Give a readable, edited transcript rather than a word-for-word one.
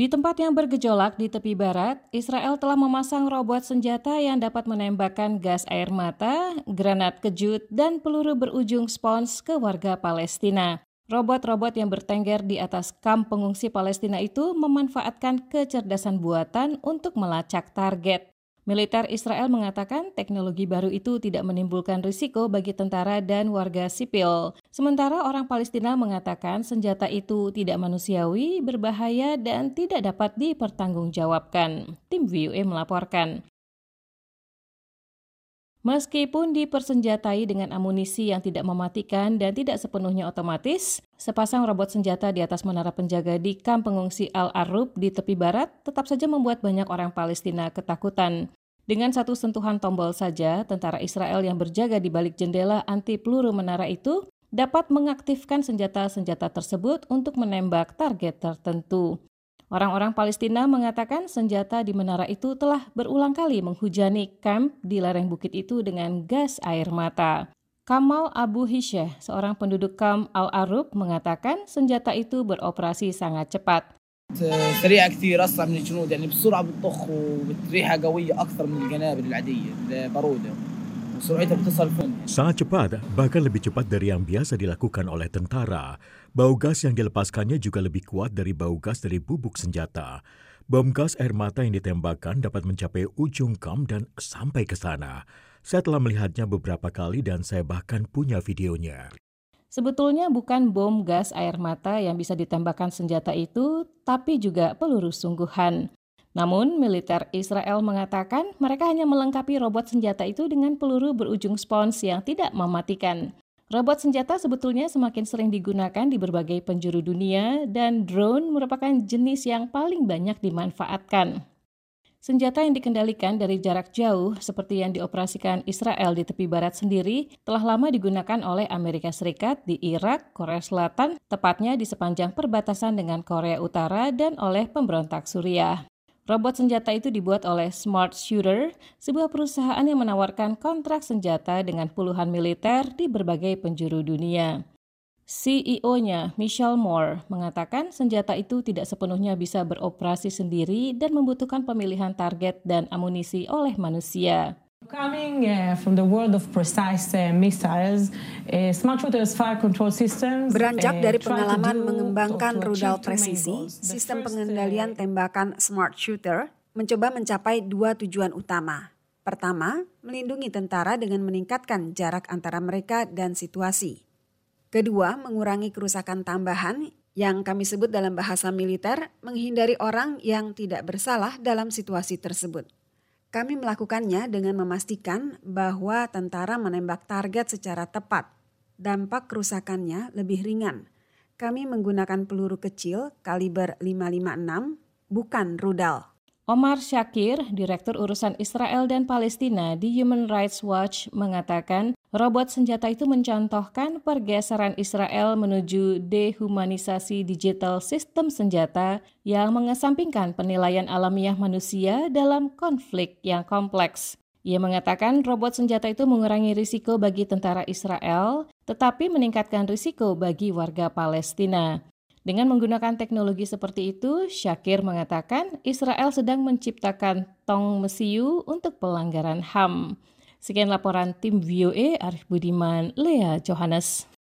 Di tempat yang bergejolak di tepi barat, Israel telah memasang robot senjata yang dapat menembakkan gas air mata, granat kejut, dan peluru berujung spons ke warga Palestina. Robot-robot yang bertengger di atas kamp pengungsi Palestina itu memanfaatkan kecerdasan buatan untuk melacak target. Militer Israel mengatakan teknologi baru itu tidak menimbulkan risiko bagi tentara dan warga sipil. Sementara orang Palestina mengatakan senjata itu tidak manusiawi, berbahaya, dan tidak dapat dipertanggungjawabkan. Tim VOA melaporkan. Meskipun dipersenjatai dengan amunisi yang tidak mematikan dan tidak sepenuhnya otomatis, sepasang robot senjata di atas menara penjaga di kamp pengungsi Al-Arub di tepi barat tetap saja membuat banyak orang Palestina ketakutan. Dengan satu sentuhan tombol saja, tentara Israel yang berjaga di balik jendela anti peluru menara itu dapat mengaktifkan senjata-senjata tersebut untuk menembak target tertentu. Orang-orang Palestina mengatakan senjata di menara itu telah berulang kali menghujani kamp di lereng bukit itu dengan gas air mata. Kamal Abu Hisyah, seorang penduduk kamp Al-Arub, mengatakan senjata itu beroperasi sangat cepat. سريعة كثير أسرع من الجنود يعني بسرعة بتطخ وبتريحها قوية أكثر من القنابل العادية البارودة وسرعتها بتصل فين. Sangat cepat, bahkan lebih cepat dari yang biasa dilakukan oleh tentara. Bau gas yang dilepaskannya juga lebih kuat dari bau gas dari bubuk senjata. Bom gas air mata yang ditembakkan dapat mencapai ujung kamp dan sampai ke sana. Saya telah melihatnya beberapa kali dan saya bahkan punya videonya. Sebetulnya bukan bom gas air mata yang bisa ditembakkan senjata itu, tapi juga peluru sungguhan. Namun, militer Israel mengatakan mereka hanya melengkapi robot senjata itu dengan peluru berujung spons yang tidak mematikan. Robot senjata sebetulnya semakin sering digunakan di berbagai penjuru dunia dan drone merupakan jenis yang paling banyak dimanfaatkan. Senjata yang dikendalikan dari jarak jauh seperti yang dioperasikan Israel di tepi barat sendiri telah lama digunakan oleh Amerika Serikat di Irak, Korea Selatan, tepatnya di sepanjang perbatasan dengan Korea Utara dan oleh pemberontak Suriah. Robot senjata itu dibuat oleh Smart Shooter, sebuah perusahaan yang menawarkan kontrak senjata dengan puluhan militer di berbagai penjuru dunia. CEO-nya, Michelle Moore, mengatakan senjata itu tidak sepenuhnya bisa beroperasi sendiri dan membutuhkan pemilihan target dan amunisi oleh manusia. Coming from the world of precise missiles, Smart Shooter's fire control systems. Beranjak dari pengalaman mengembangkan rudal presisi, sistem pengendalian tembakan Smart Shooter mencoba mencapai dua tujuan utama. Pertama, melindungi tentara dengan meningkatkan jarak antara mereka dan situasi. Kedua, mengurangi kerusakan tambahan yang kami sebut dalam bahasa militer, menghindari orang yang tidak bersalah dalam situasi tersebut. Kami melakukannya dengan memastikan bahwa tentara menembak target secara tepat. Dampak kerusakannya lebih ringan. Kami menggunakan peluru kecil kaliber 556, bukan rudal. Omar Shakir, Direktur Urusan Israel dan Palestina di Human Rights Watch, mengatakan robot senjata itu mencontohkan pergeseran Israel menuju dehumanisasi digital sistem senjata yang mengesampingkan penilaian alamiah manusia dalam konflik yang kompleks. Ia mengatakan robot senjata itu mengurangi risiko bagi tentara Israel, tetapi meningkatkan risiko bagi warga Palestina. Dengan menggunakan teknologi seperti itu, Shakir mengatakan Israel sedang menciptakan tong mesiu untuk pelanggaran HAM. Sekian laporan tim VOA, Arif Budiman, Lea Johannes.